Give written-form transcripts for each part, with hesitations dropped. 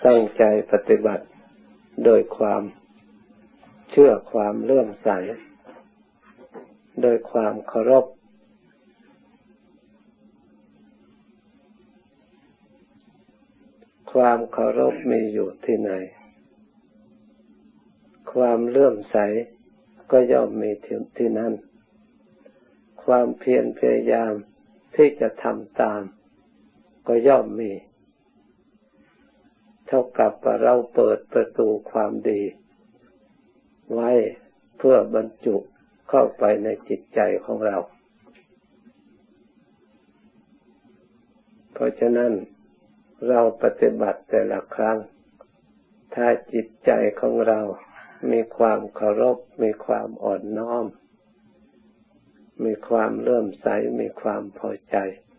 ตั้งใจปฏิบัติโดยความเชื่อความเลื่อมใสโดยความเคารพความเคารพมีอยู่ที่ไหนความเลื่อมใสก็ย่อมมีที่นั่นความเพียรพยายามที่จะทำตามก็ย่อมมีเท่ากับว่าเราเปิดประตูความดีไว้เพื่อบรรจุเข้าไปในจิตใจของเราเพราะฉะนั้นเราปฏิบัติแต่ละครั้งถ้าจิตใจของเรามีความเคารพมีความอ่อนน้อมมีความเลื่อมใสมีความพอใจ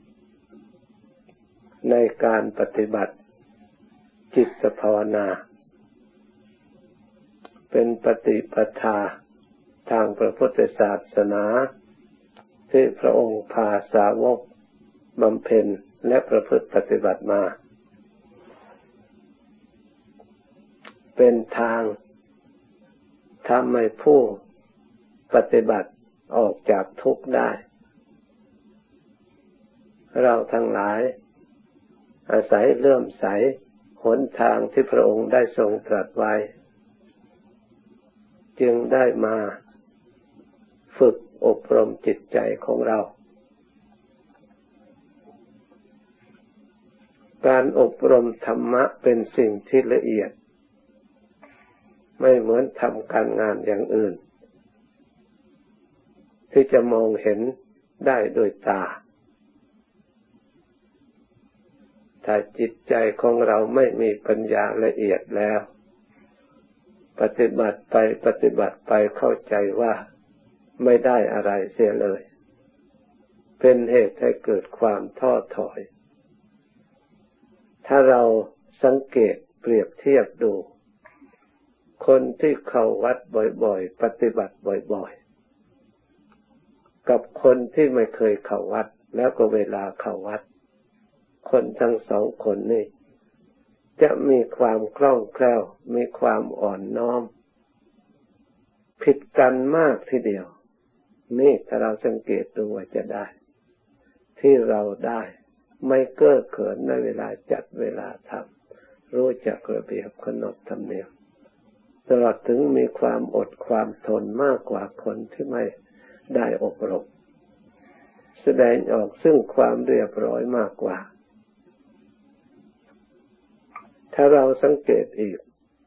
ในการปฏิบัติจิตภาวนาเป็นปฏิปทาทางพระพุทธศาสนาที่พระองค์พาสาวกบำเพ็ญและประพฤติปฏิบัติมาเป็นทางทำให้ผู้ปฏิบัติออกจากทุกข์ได้เราทั้งหลายอาศัยเลื่อมใสหนทางที่พระองค์ได้ทรงตรัสไว้จึงได้มาฝึกอบรมจิตใจของเราการอบรมธรรมะเป็นสิ่งที่ละเอียดไม่เหมือนทำการงานอย่างอื่นที่จะมองเห็นได้โดยตาถ้าจิตใจของเราไม่มีปัญญาละเอียดแล้วปฏิบัติไปเข้าใจว่าไม่ได้อะไรเสียเลยเป็นเหตุให้เกิดความท้อถอยถ้าเราสังเกตเปรียบเทียบดูคนที่เข้าวัดบ่อยๆปฏิบัติบ่อยๆกับคนที่ไม่เคยเข้าวัดแล้วก็เวลาเข้าวัดคนทั้งสองคนนี้จะมีความคล่องแคล่วมีความอ่อนน้อมผิดกันมากทีเดียวนี่ถ้าเราสังเกตดูว่าจะได้ที่เราได้ไม่เก้อเขินในเวลาจัดเวลาทำรู้จักระเบียบขนบธรรมเนียมตลอดถึงมีความอดความทนมากกว่าคนที่ไม่ได้อบรมแสดงออกซึ่งความเรียบร้อยมากกว่าถ้าเราสังเกตอีก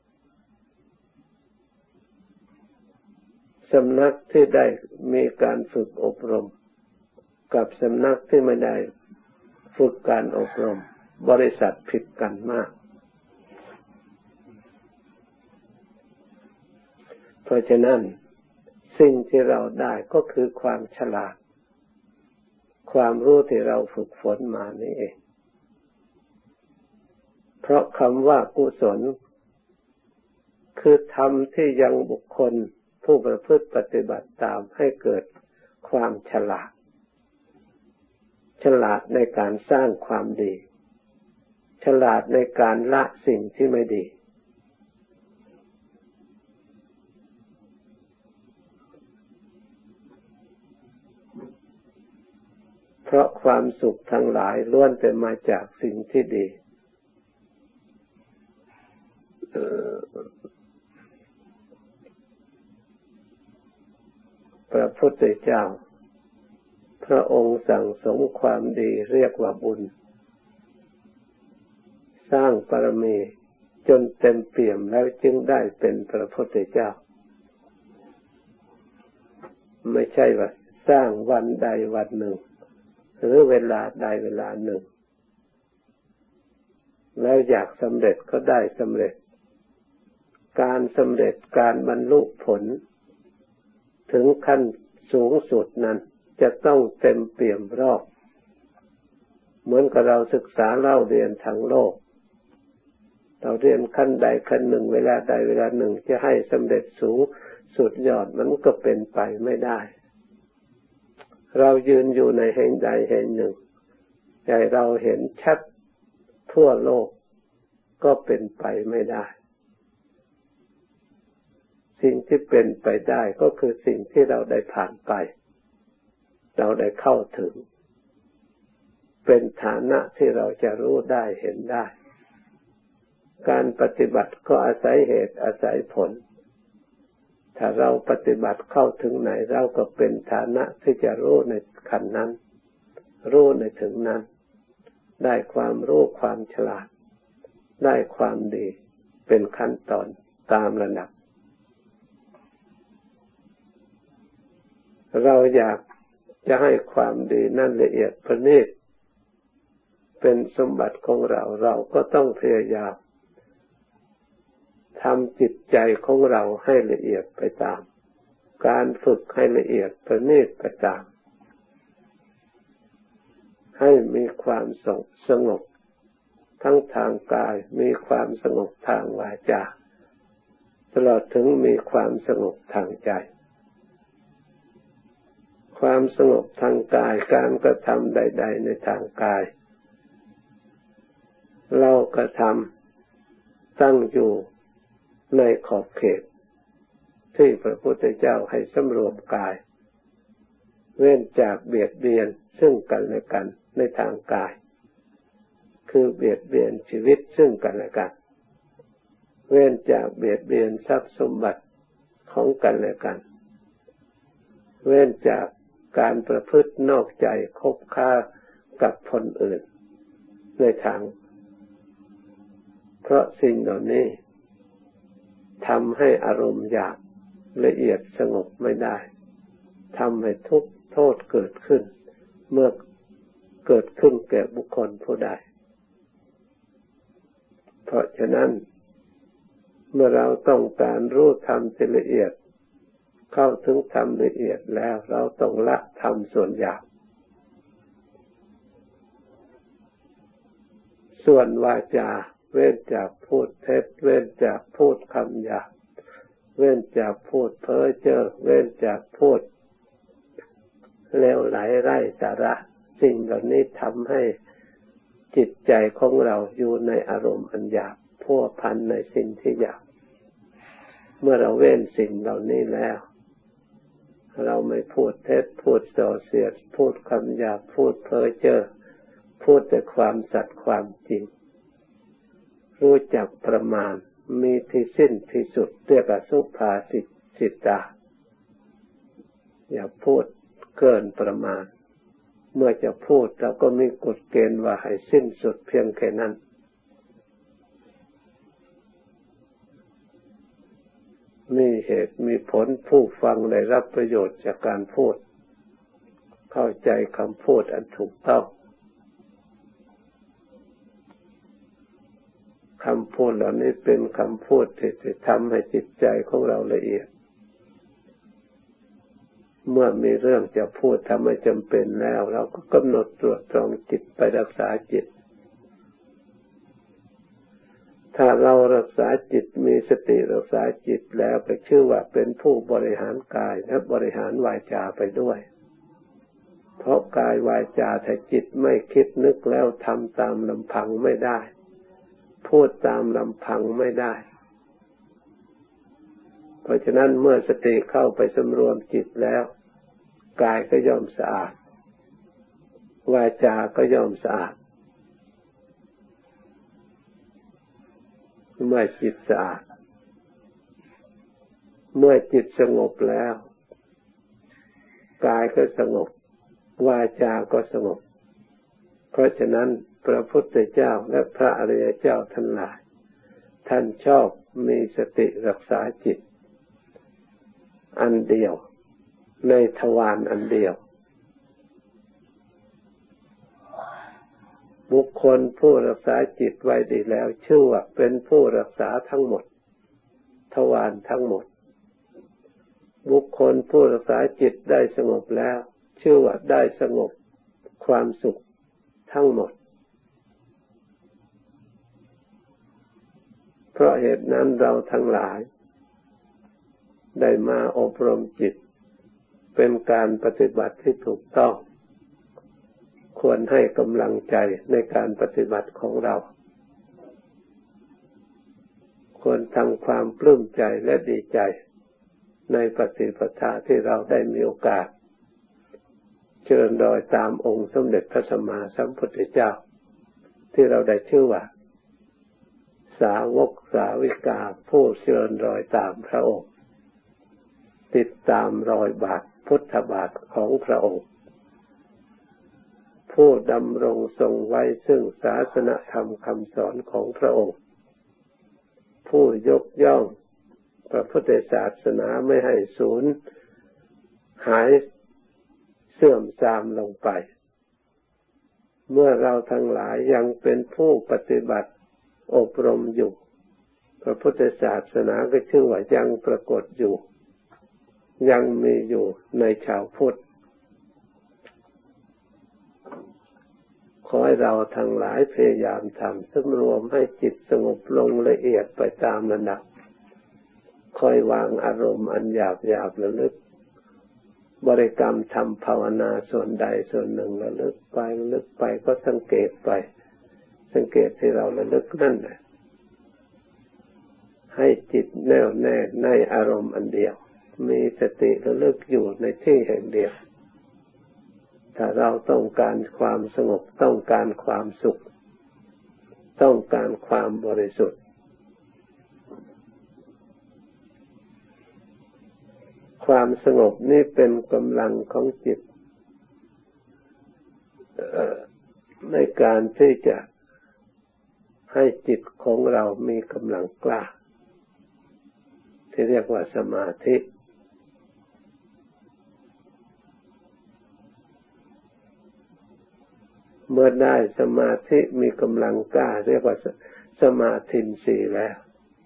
สำนักที่ได้มีการฝึกอบรมกับสำนักที่ไม่ได้ฝึกการอบรมบริษัทผิดกันมากเพราะฉะนั้นสิ่งที่เราได้ก็คือความฉลาดความรู้ที่เราฝึกฝนมานี่เองเพราะคำว่ากุศลคือธรรมที่ยังบุคคลผู้ประพฤติปฏิบัติตามให้เกิดความฉลาดในการสร้างความดีฉลาดในการละสิ่งที่ไม่ดีเพราะความสุขทั้งหลายล้วนแต่มาจากสิ่งที่ดีพระพุทธเจ้าพระองค์สั่งสมความดีเรียกว่าบุญสร้างบารมีจนเต็มเปี่ยมแล้วจึงได้เป็นพระพุทธเจ้าไม่ใช่ว่าสร้างวันใดวันหนึ่งหรือเวลาใดเวลาหนึ่งแล้วอยากสำเร็จก็ได้สำเร็จการสำเร็จการบรรลุผลถึงขั้นสูงสุดนั้นจะต้องเต็มเปี่ยมรอบเหมือนกับเราศึกษาเล่าเรียนทางโลกเราเรียนขั้นใดขั้นหนึ่งเวลาใดเวลาหนึ่งจะให้สำเร็จสูงสุดยอดมันก็เป็นไปไม่ได้เรายืนอยู่ในแห่งใดแห่งหนึ่งใจเราเห็นชัดทั่วโลกก็เป็นไปไม่ได้สิ่งที่เป็นไปได้ก็คือสิ่งที่เราได้ผ่านไปเราได้เข้าถึงเป็นฐานะที่เราจะรู้ได้เห็นได้การปฏิบัติก็อาศัยเหตุอาศัยผลถ้าเราปฏิบัติเข้าถึงไหนเราก็เป็นฐานะที่จะรู้ในขั้นนั้นรู้ในถึงนั้นได้ความรู้ความฉลาดได้ความดีเป็นขั้นตอนตามระดับเราอยากจะให้ความดีนั้นละเอียดประณีตเป็นสมบัติของเราเราก็ต้องพยายามทำจิตใจของเราให้ละเอียดไปตามการฝึกให้ละเอียดประณีตไปตามให้มีความสงบทั้งทางกายมีความสงบทางวาจาตลอดถึงมีความสงบทางใจความสงบทางกายการกระทำใดๆในทางกายเรากระทำตั้งอยู่ในขอบเขตที่พระพุทธเจ้าให้สำรวมกายเว้นจากเบียดเบียนซึ่งกันและกันในทางกายคือเบียดเบียนชีวิตซึ่งกันและกันเว้นจากเบียดเบียนทรัพย์สมบัติของกันและกันเว้นจากการประพฤตินอกใจคบค้ากับคนอื่นในทางเพราะสิ่งเหล่านี้ทำให้อารมณ์หยาบละเอียดสงบไม่ได้ทำให้ทุกข์โทษเกิดขึ้นเมื่อเกิดขึ้นแก่บุคคลผู้ใดเพราะฉะนั้นเมื่อเราต้องการรู้ธรรมที่ละเอียดเข้าถึงธรรมละเอียดแล้วเราต้องละธรรมส่วนหยาบส่วนวาจาเว้นจากพูดเท็จเว้นจากพูดคำหยาบเว้นจากพูดเพ้อเจ้อเว้นจากพูดเลวไหลไร้สาระสิ่งเหล่านี้ทำให้จิตใจของเราอยู่ในอารมณ์อันหยาบพัวพันในสิ่งที่หยาบเมื่อเราเว้นสิ่งเหล่านี้แล้วเราไม่พูดเท็จพูดส่อเสียดพูดคำหยาบพูดเพ้อเจ้อพูดแต่ความสัตย์ความจริงรู้จักประมาณมีที่สิ้นที่สุดเรียกว่าสุภาษิตจิตตาอย่าพูดเกินประมาณเมื่อจะพูดเราก็มีกฎเกณฑ์ว่าให้สิ้นสุดเพียงแค่นั้นมีเหตุมีผลผู้ฟังได้รับประโยชน์จากการพูดเข้าใจคำพูดอันถูกต้องคำพูดเหล่านี้เป็นคำพูดที่จะทำให้จิตใจของเราละเอียดเมื่อมีเรื่องจะพูดทำให้จำเป็นแล้วเราก็กำหนดตรวจตรองจิตไปรักษาจิตถ้าเรารักษาจิตมีสติรักษาจิตแล้วก็ชื่อว่าเป็นผู้บริหารกายและบริหารวาจาไปด้วยเพราะกายวาจาถ้าจิตไม่คิดนึกแล้วทำตามลำพังไม่ได้พูดตามลำพังไม่ได้เพราะฉะนั้นเมื่อสติเข้าไปสำรวมจิตแล้วกายก็ย่อมสะอาดวาจาก็ย่อมสะอาดเมื่อจิตสะอาดเมื่อจิตสงบแล้วกายก็สงบวาจาก็สงบเพราะฉะนั้นพระพุทธเจ้าและพระอริยเจ้าทั้งหลายท่านชอบมีสติรักษาจิตอันเดียวในทวารอันเดียวบุคคลผู้รักษาจิตไว้ดีแล้วชื่อว่าเป็นผู้รักษาทั้งหมดทวารทั้งหมดบุคคลผู้รักษาจิตได้สงบแล้วชื่อว่าได้สงบความสุขทั้งหมดเพราะเหตุนั้นเราทั้งหลายได้มาอบรมจิตเป็นการปฏิบัติที่ถูกต้องควรให้กำลังใจในการปฏิบัติของเรารทำความปลื้มใจและดีใจในปฏิปทาที่เราได้มีโอกาสเชิญรอยตามองค์สมเด็จพระสัมมาสัมพุทธเจ้าที่เราได้ชื่อว่าสาวกสาวิกาผู้เชิญรอยตามพระองค์ติดตามรอยบาทพุทธบาทของพระองค์ผู้ดำรงทรงไว้ซึ่งศาสนธรรมคำสอนของพระองค์ผู้ยกย่องพระพุทธศาสนาไม่ให้สูญหายเสื่อมทรามลงไปเมื่อเราทั้งหลายยังเป็นผู้ปฏิบัติอบรมอยู่พระพุทธศาสนาก็ชื่อว่ายังปรากฏอยู่ยังมีอยู่ในชาวพุทธขอให้เราทั้งหลายพยายามทำสำรวมให้จิตสงบลงละเอียดไปตามระดับคอยวางอารมณ์อันหยาบหยาบระลึกบริกรรมทำภาวนาส่วนใดส่วนหนึ่งระลึกไปก็สังเกตไปสังเกตที่เราระลึกนั่นแหละให้จิตแน่วแน่ในอารมณ์อันเดียวมีสติระลึกอยู่ในที่แห่งเดียวถ้าเราต้องการความสงบต้องการความสุขต้องการความบริสุทธิ์ความสงบนี้เป็นกำลังของจิตในการที่จะให้จิตของเรามีกำลังกล้าที่เรียกว่าสมาธิเมื่อได้สมาธิมีกำลังกล้าเรียกว่าสมาธินทรีย์แล้ว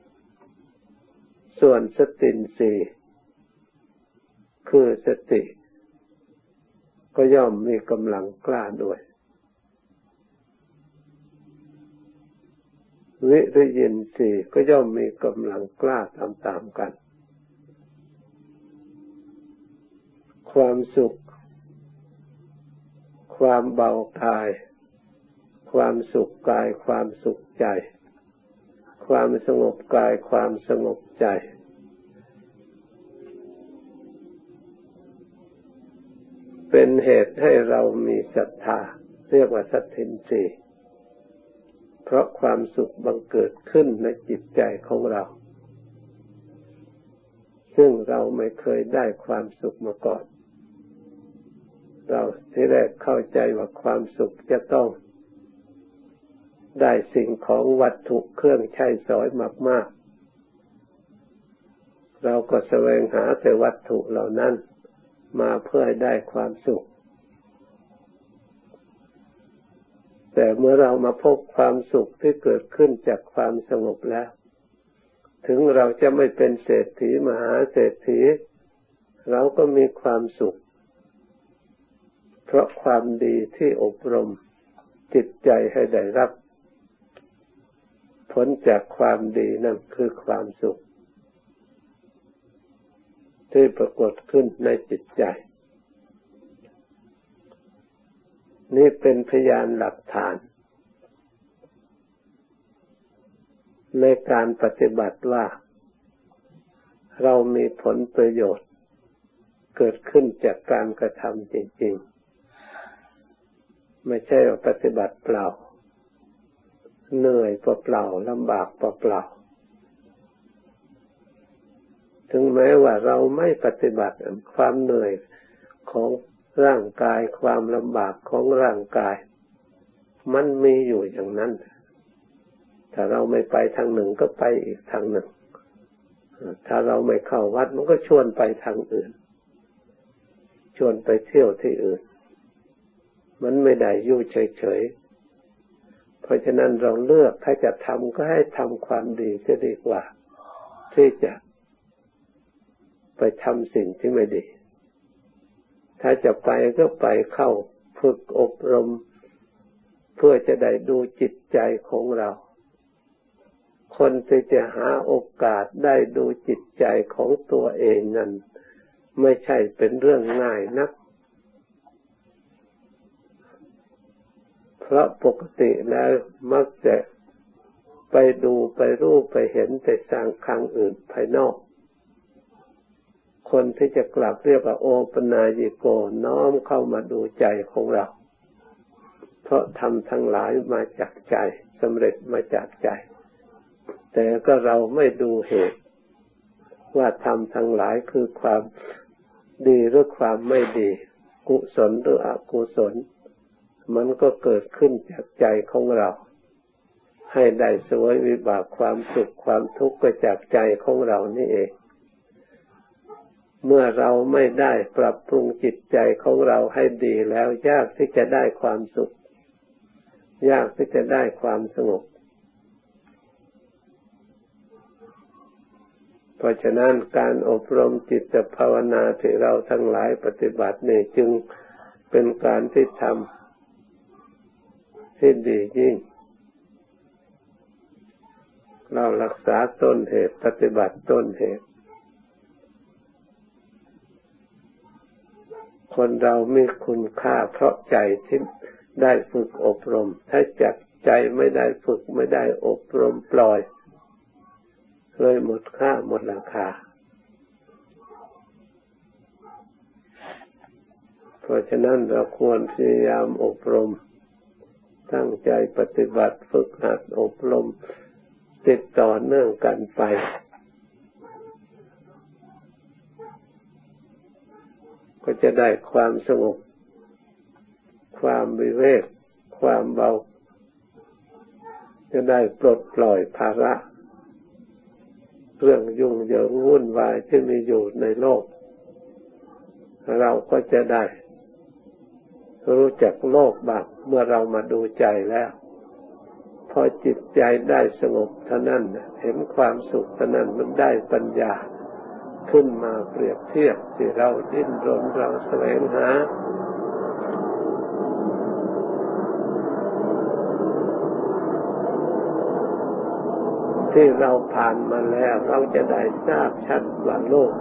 ส่วนสตินทรีย์คือสติก็ย่อมมีกำลังกล้าด้วยวิริยินทรีย์ก็ย่อมมีกำลังกล้าตามๆกันความสุขความเบากายความสุขกายความสุขใจความสงบกายความสงบใจเป็นเหตุให้เรามีศรัทธาเรียกว่าสัทธินทรีย์เพราะความสุขบังเกิดขึ้นในจิตใจของเราซึ่งเราไม่เคยได้ความสุขมาก่อนเราที่แรกเข้าใจว่าความสุขจะต้องได้สิ่งของวัตถุเครื่องใช้สอยมากๆเราก็แสวงหาแต่วัตถุเหล่านั้นมาเพื่อให้ได้ความสุขแต่เมื่อเรามาพบความสุขที่เกิดขึ้นจากความสงบแล้วถึงเราจะไม่เป็นเศรษฐีมหาเศรษฐีเราก็มีความสุขเพราะความดีที่อบรมจิตใจให้ได้รับผลจากความดีนั่นคือความสุขที่ปรากฏขึ้นในจิตใจนี่เป็นพยานหลักฐานในการปฏิบัติว่าเรามีผลประโยชน์เกิดขึ้นจากการกระทำจริงๆไม่ใช่ว่าปฏิบัติเปล่าเหนื่อยเปล่าลำบากเปล่าถึงแม้ว่าเราไม่ปฏิบัติความเหนื่อยของร่างกายความลำบากของร่างกายมันมีอยู่อย่างนั้นถ้าเราไม่ไปทางหนึ่งก็ไปอีกทางหนึ่งถ้าเราไม่เข้าวัดมันก็ชวนไปทางอื่นชวนไปเที่ยวที่อื่นมันไม่ได้อยู่เฉยๆเพราะฉะนั้นเราเลือกถ้าจะทำก็ให้ทำความดีจะดีกว่าที่จะไปทำสิ่งที่ไม่ดีถ้าจะไปก็ไปเข้าฝึกอบรมเพื่อจะได้ดูจิตใจของเราคนที่จะหาโอกาสได้ดูจิตใจของตัวเองนั้นไม่ใช่เป็นเรื่องง่ายนักเพราะปกติแล้วมักจะไปดูไปรู้ไปเห็นแต่สร้างครั้งอื่นภายนอกคนที่จะกลับเรียกว่าโอปนายโกน้อมเข้ามาดูใจของเราเพราะธรรมทั้งหลายมาจากใจสำเร็จมาจากใจแต่ก็เราไม่ดูเหตุว่าธรรมทั้งหลายคือความดีหรือความไม่ดีกุศลหรืออกุศลมันก็เกิดขึ้นจากใจของเราให้ได้เสวยวิบากความสุขความทุกข์ก็จากใจของเรานี่เองเมื่อเราไม่ได้ปรับปรุงจิตใจของเราให้ดีแล้วยากที่จะได้ความสุขยากที่จะได้ความสงบเพราะฉะนั้นการอบรมจิตภาวนาที่เราทั้งหลายปฏิบัตินี่จึงเป็นการที่ทำที่ดียิ่งเรารักษาต้นเหตุปฏิบัติต้นเหตุคนเรามีคุณค่าเพราะใจที่ได้ฝึกอบรมถ้าจักใจไม่ได้ฝึกไม่ได้อบรมปล่อยเลยหมดค่าหมดราคาเพราะฉะนั้นเราควรพยายามอบรมตั้งใจปฏิบัติฝึกหัดอบรมติดต่อเนื่องกันไปก็จะได้ความสงบความวิเวกความเบาจะได้ปลดปล่อยภาระเรื่องยุ่งเหยิงวุ่นวายที่มีอยู่ในโลกเราก็จะได้รู้จักโลกบ้างเมื่อเรามาดูใจแล้วพอจิตใจได้สงบเท่านั้นเห็นความสุขเท่านั้นมันได้ปัญญาขึ้นมาเปรียบเทียบที่เราดิ้นรนเราแสวงหาที่เราผ่านมาแล้วเราจะได้ทราบชัดว่าโลก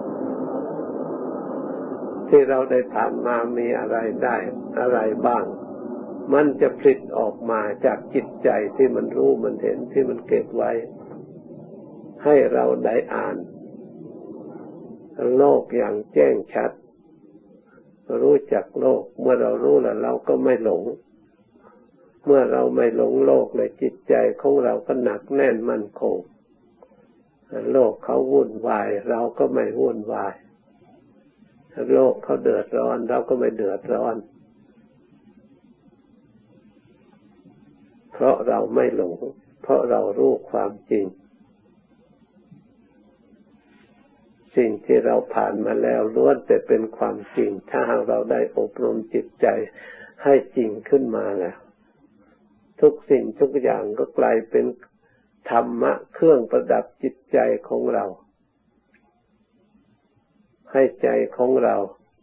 ที่เราได้ผ่านมามีอะไรได้อะไรบ้างมันจะผลิตออกมาจากจิตใจที่มันรู้มันเห็นที่มันเก็บไว้ให้เราได้อ่านโลกอย่างแจ้งชัดรู้จักโลกเมื่อเรารู้แล้วเราก็ไม่หลงเมื่อเราไม่หลงโลกเลยจิตใจของเราก็หนักแน่นมั่นคงโลกเขาวุ่นวายเราก็ไม่วุ่นวายโลกเขาเดือดร้อนเราก็ไม่เดือดร้อนเพราะเราไม่หลงเพราะเรารู้ความจริงสิ่งที่เราผ่านมาแล้วล้วนแต่เป็นความจริงถ้าหากเราได้อบรมจิตใจให้จริงขึ้นมาแล้วทุกสิ่งทุกอย่างก็กลายเป็นธรรมะเครื่องประดับจิตใจของเราให้ใจของเรา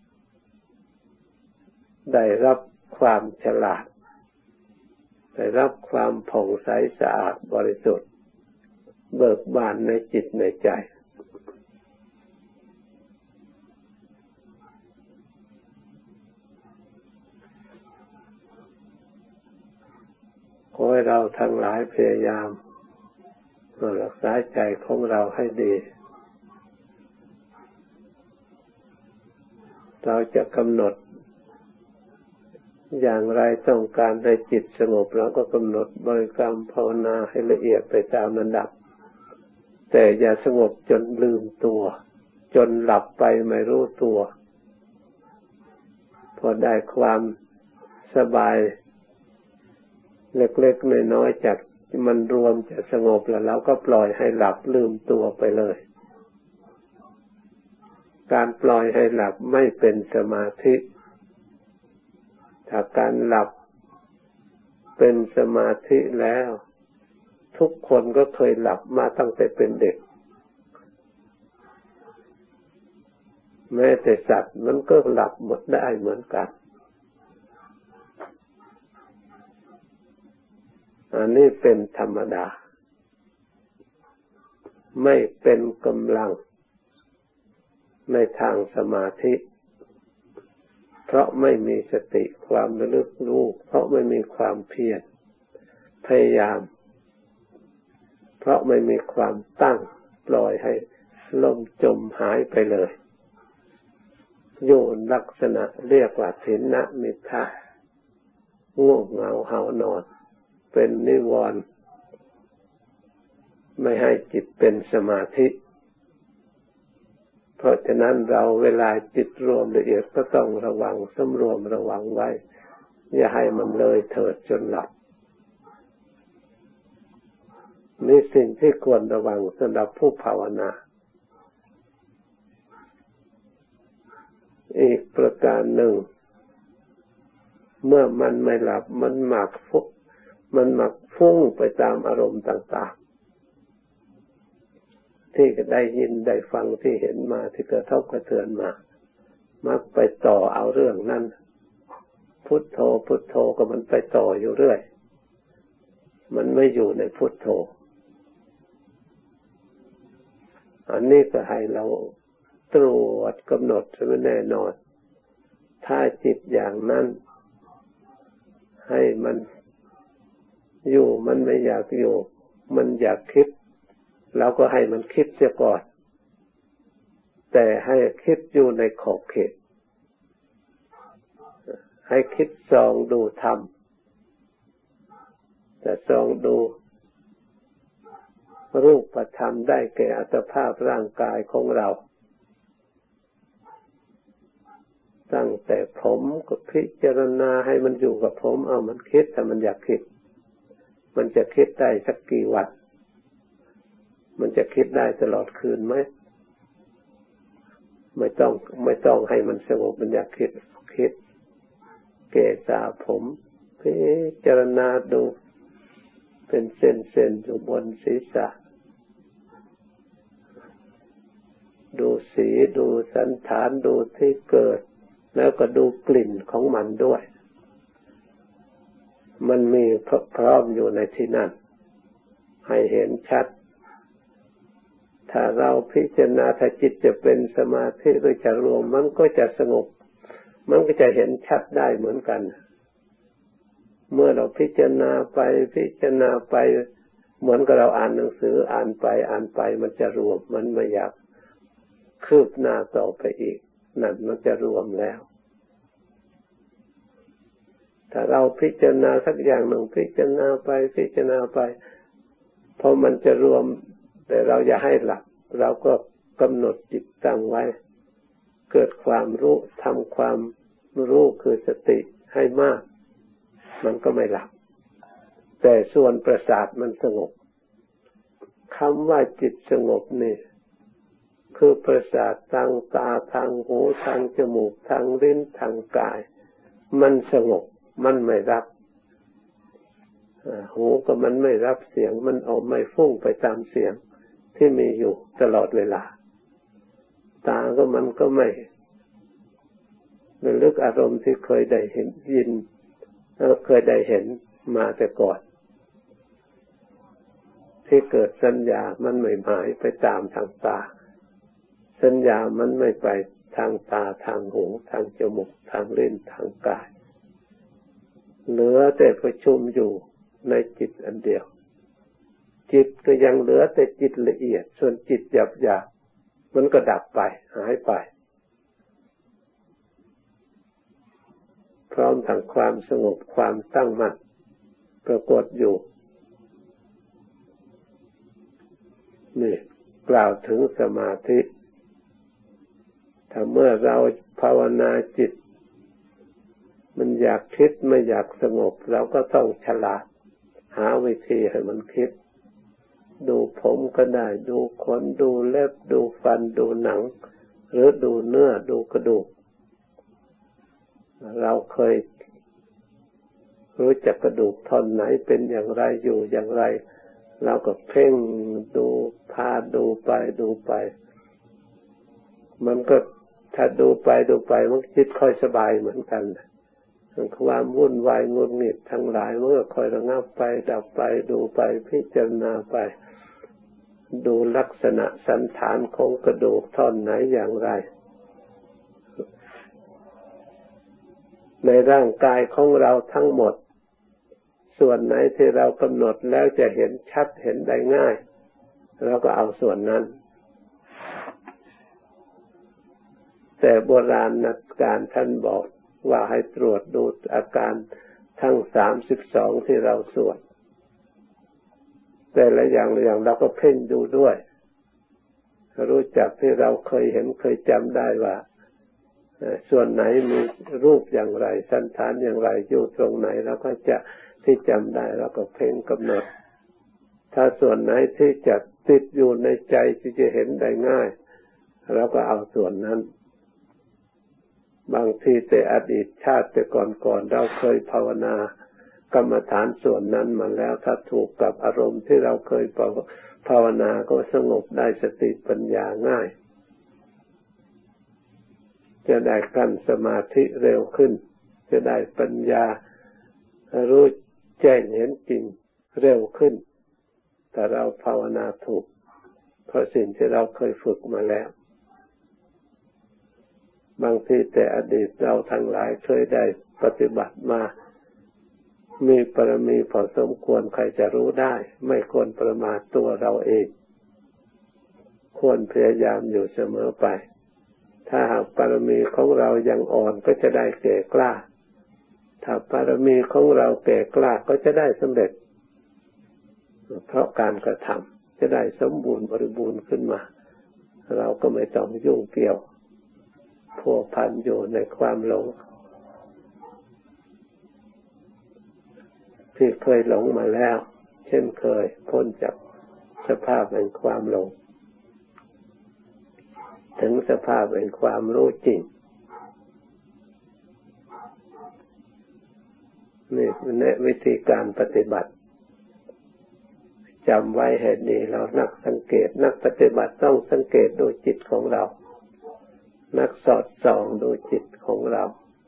ได้รับความฉลาดได้รับความผ่องใสสะอาดบริสุทธิ์เบิกบานในจิตในใจขอให้เราทั้งหลายพยายามรักษาใจของเราให้ดีเราจะกำหนดอย่างไรต้องการให้จิตสงบเราก็กำหนดบริกรรมภาวนาให้ละเอียดไปตามลำดับแต่อย่าสงบจนลืมตัวจนหลับไปไม่รู้ตัวพอได้ความสบายเล็กๆน้อยๆจากมันรวมจะสงบแล้วเราก็ปล่อยให้หลับลืมตัวไปเลยการปล่อยให้หลับไม่เป็นสมาธิถ้าการหลับเป็นสมาธิแล้วทุกคนก็เคยหลับมาตั้งแต่เป็นเด็กแม้แต่สัตว์มันก็หลับหมดได้เหมือนกันอันนี้เป็นธรรมดาไม่เป็นกำลังในทางสมาธิเพราะไม่มีสติความระลึกรู้เพราะไม่มีความเพียรพยายามเพราะไม่มีความตั้งปล่อยให้ล่มจมหายไปเลยอยู่ลักษณะเรียกว่าถินนะมิทะง่วงเหงาหานอนเป็นนิวรณ์ไม่ให้จิตเป็นสมาธิเพราะฉะนั้นเราเวลาจิตรวมละเอียดก็ต้องระวังสำรวมระวังไว้อย่าให้มันเลยเถิดจนหลับนี่สิ่งที่ควรระวังสำหรับผู้ภาวนาอีกประการหนึ่งเมื่อมันไม่หลับมันมักฟุ้งไปตามอารมณ์ต่างๆที่ได้ยินได้ฟังที่เห็นมาที่กระทบกระเทือนมามักไปต่อเอาเรื่องนั้นพุทโธพุทโธก็มันไปต่ออยู่เรื่อยมันไม่อยู่ในพุทโธอันนี้ก็ให้เราตรวจกำหนดให้แน่นอนถ้าจิตอย่างนั้นให้มันอยู่มันไม่อยากอยู่มันอยากคิดเราก็ให้มันคิดเสียก่อนแต่ให้คิดอยู่ในขอบเขตให้คิดส่องดูธรรมแต่ส่องดูรูปธรรมได้แก่อัตภาพร่างกายของเราตั้งแต่ผมก็พิจารณาให้มันอยู่กับผมเอามันคิดถ้ามันอยากคิดมันจะคิดได้สักกี่วันมันจะคิดได้ตลอดคืนไหมไม่ต้องให้มันสงบมันอยากคิดเกศาผมพิจารณาดูเป็นเส้นๆอยู่บนศีรษะดูสีดูสันฐานดูที่เกิดแล้วก็ดูกลิ่นของมันด้วยมันมีพร้อมอยู่ในที่นั่นให้เห็นชัดถ้าเราพิจารณาถ้าจิตจะเป็นสมาธิหรือจะรวมมันก็จะสงบมันก็จะเห็นชัดได้เหมือนกันเมื่อเราพิจารณาไปเหมือนกับเราอ่านหนังสืออ่านไปมันจะรวมมันไม่อยากคืบหน้าต่อไปอีกนั่นมันจะรวมแล้วถ้าเราพิจารณาสักอย่างหนึ่งพิจารณาไปพอมันจะรวมแต่เราอย่าให้หลับเราก็กำหนดจิตตั้งไว้เกิดความรู้ทำความรู้คือสติให้มากมันก็ไม่หลับแต่ส่วนประสาทมันสงบคำว่าจิตสงบนี่คือประสาททางตาทางหูทางจมูกทางลิ้นทางกายมันสงบมันไม่รับหูก็มันไม่รับเสียงมันไม่ฟุ้งไปตามเสียงที่มีอยู่ตลอดเวลาตาก็มันก็ไม่ระลึกอารมณ์ที่เคยได้เห็นยินเคยได้เห็นมาแต่ก่อนที่เกิดสัญญามันไม่หมายไปตามทางตาสัญญามันไม่ไปทางตาทางหูทางจมูกทางลิ้นทางกายเหลือแต่ประชุมอยู่ในจิตอันเดียวจิตก็ยังเหลือแต่จิตละเอียดส่วนจิตหยาบๆมันก็ดับไปหายไปพร้อมทั้งความสงบความตั้งมั่นปรากฏอยู่นี่กล่าวถึงสมาธิถ้าเมื่อเราภาวนาจิตมันอยากคิดไม่อยากสงบเราก็ต้องฉลาดหาวิธีให้มันคิดดูผมก็ได้ดูขนดูเล็บดูฟันดูหนังหรือดูเนื้อดูกระดูกเราเคยรู้จักกระดูกท่อนไหนเป็นอย่างไรอยู่อย่างไรเราก็เพ่งดูพาดูไปมันก็ถ้าดูไปมันจิตค่อยสบายเหมือนกันความวุ่นวายงุนงิดทั้งหลายมันก็ค่อยระงับไปดับไปดูไปพิจารณาไปดูลักษณะสันฐานของกระดูกท่อนไหนอย่างไรในร่างกายของเราทั้งหมดส่วนไหนที่เรากำหนดแล้วจะเห็นชัดเห็นได้ง่ายเราก็เอาส่วนนั้นแต่โบราณการท่านบอกว่าให้ตรวจดูอาการทั้ง32ที่เราสวดแต่ละอย่างเราก็เพ่งดูด้วยรู้จักที่เราเคยเห็นเคยจำได้ว่าส่วนไหนมีรูปอย่างไรสันฐานอย่างไรอยู่ตรงไหนเราก็จะที่จำได้เราก็เพ่งกำหนดถ้าส่วนไหนที่จะติดอยู่ในใจที่จะเห็นได้ง่ายเราก็เอาส่วนนั้นบางทีแต่อดีตชาติแต่ก่อนเราเคยภาวนากรรมฐานส่วนนั้นมาแล้วถ้าถูกกับอารมณ์ที่เราเคยภาวนาก็สงบได้สติปัญญาง่ายจะได้กั้นสมาธิเร็วขึ้นจะได้ปัญญารู้แจ้งเห็นจริงเร็วขึ้นแต่เราภาวนาถูกเพราะสิ่งที่เราเคยฝึกมาแล้วบางทีแต่อดีตเราทั้งหลายเคยได้ปฏิบัติมามีปรมีพอสมควรใครจะรู้ได้ไม่ควรประมาทตัวเราเองควรพยายามอยู่เสมอไปถ้าหากปรมีของเรายังอ่อนก็จะได้แก่กล้าถ้าปรมีของเราแก่กล้าก็จะได้สำเร็จเพราะการกระทำจะได้สมบูรณ์บริบูรณ์ขึ้นมาเราก็ไม่ต้องยุ่งเกี่ยวพัวพันอยู่ในความหลงที่เคยหลงมาแล้วเช่นเคยพ้นจากสภาพแห่งความหลงถึงสภาพแห่งความรู้จริงนี่เป็นวิธีการปฏิบัติจำไว้ให้ดีเรานักสังเกตนักปฏิบัติต้องสังเกตดูจิตของเรานักสอดส่องดูจิตของเรา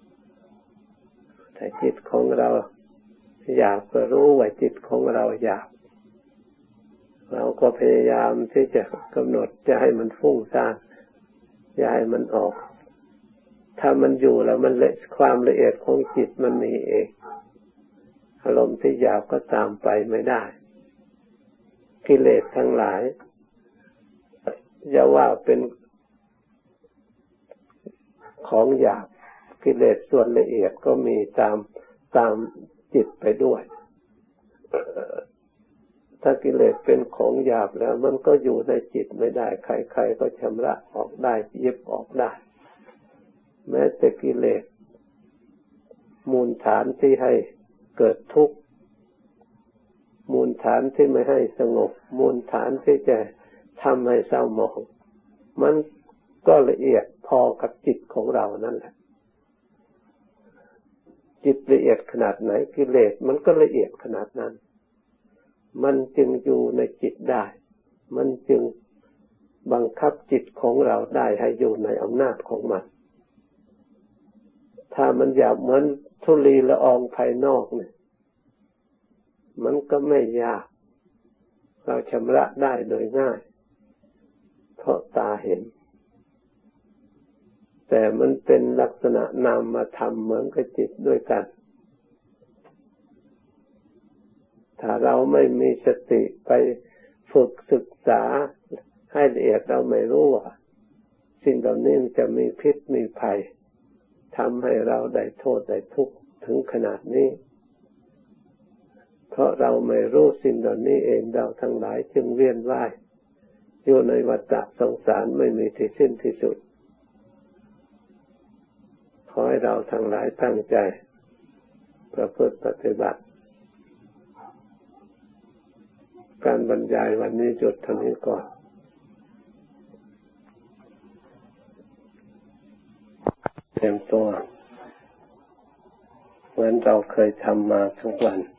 ถ้าจิตของเราอยากก็รู้ว่าจิตของเราอยากเราก็พยายามที่จะกำหนดจะให้มันฟุ้งซ่านอย่าให้มันออกถ้ามันอยู่แล้วมันความละเอียดของจิตมันมีเองอารมณ์ที่อยากก็ตามไปไม่ได้กิเลสทั้งหลายอย่าว่าเป็นของหยาบกิเลสส่วนละเอียดก็มีตามจิตไปด้วยถ้ากิเลสเป็นของหยาบแล้วมันก็อยู่ในจิตไม่ได้ใครๆก็ชำระออกได้เย็บออกได้แม้แต่กิเลสมูลฐานที่ให้เกิดทุกข์มูลฐานที่ไม่ให้สงบมูลฐานที่จะทำให้เศร้าหมองมันก็ละเอียดพอกับจิตของเรานั่นแหละจิตละเอียดขนาดไหนกิเลสมันก็ละเอียดขนาดนั้นมันจึงอยู่ในจิตได้มันจึงบังคับจิตของเราได้ให้อยู่ในอำนาจของมันถ้ามันอยากเหมือนธุลีละอองภายนอกเนี่ยมันก็ไม่ยากเราชำระได้โดยง่ายเพราะตาเห็นแต่มันเป็นลักษณะนามธรรมเหมือนกับจิตด้วยกันถ้าเราไม่มีสติไปฝึกศึกษาให้ละเอียดเราไม่รู้ว่าสิ่งเหล่านี้จะมีพิษมีภัยทำให้เราได้โทษได้ทุกข์ถึงขนาดนี้เพราะเราไม่รู้สิ่งเหล่านี้เองเราทั้งหลายจึงเวียนว่ายอยู่ในวัฏสงสารไม่มีที่สิ้นที่สุดขอให้เราทั้งหลายตั้งใจประพฤติปฏิบัติการบรรยายวันนี้จุดเท่านี้ก่อนเตรียมตัวเหมือนเราเคยทำมาทุกวัน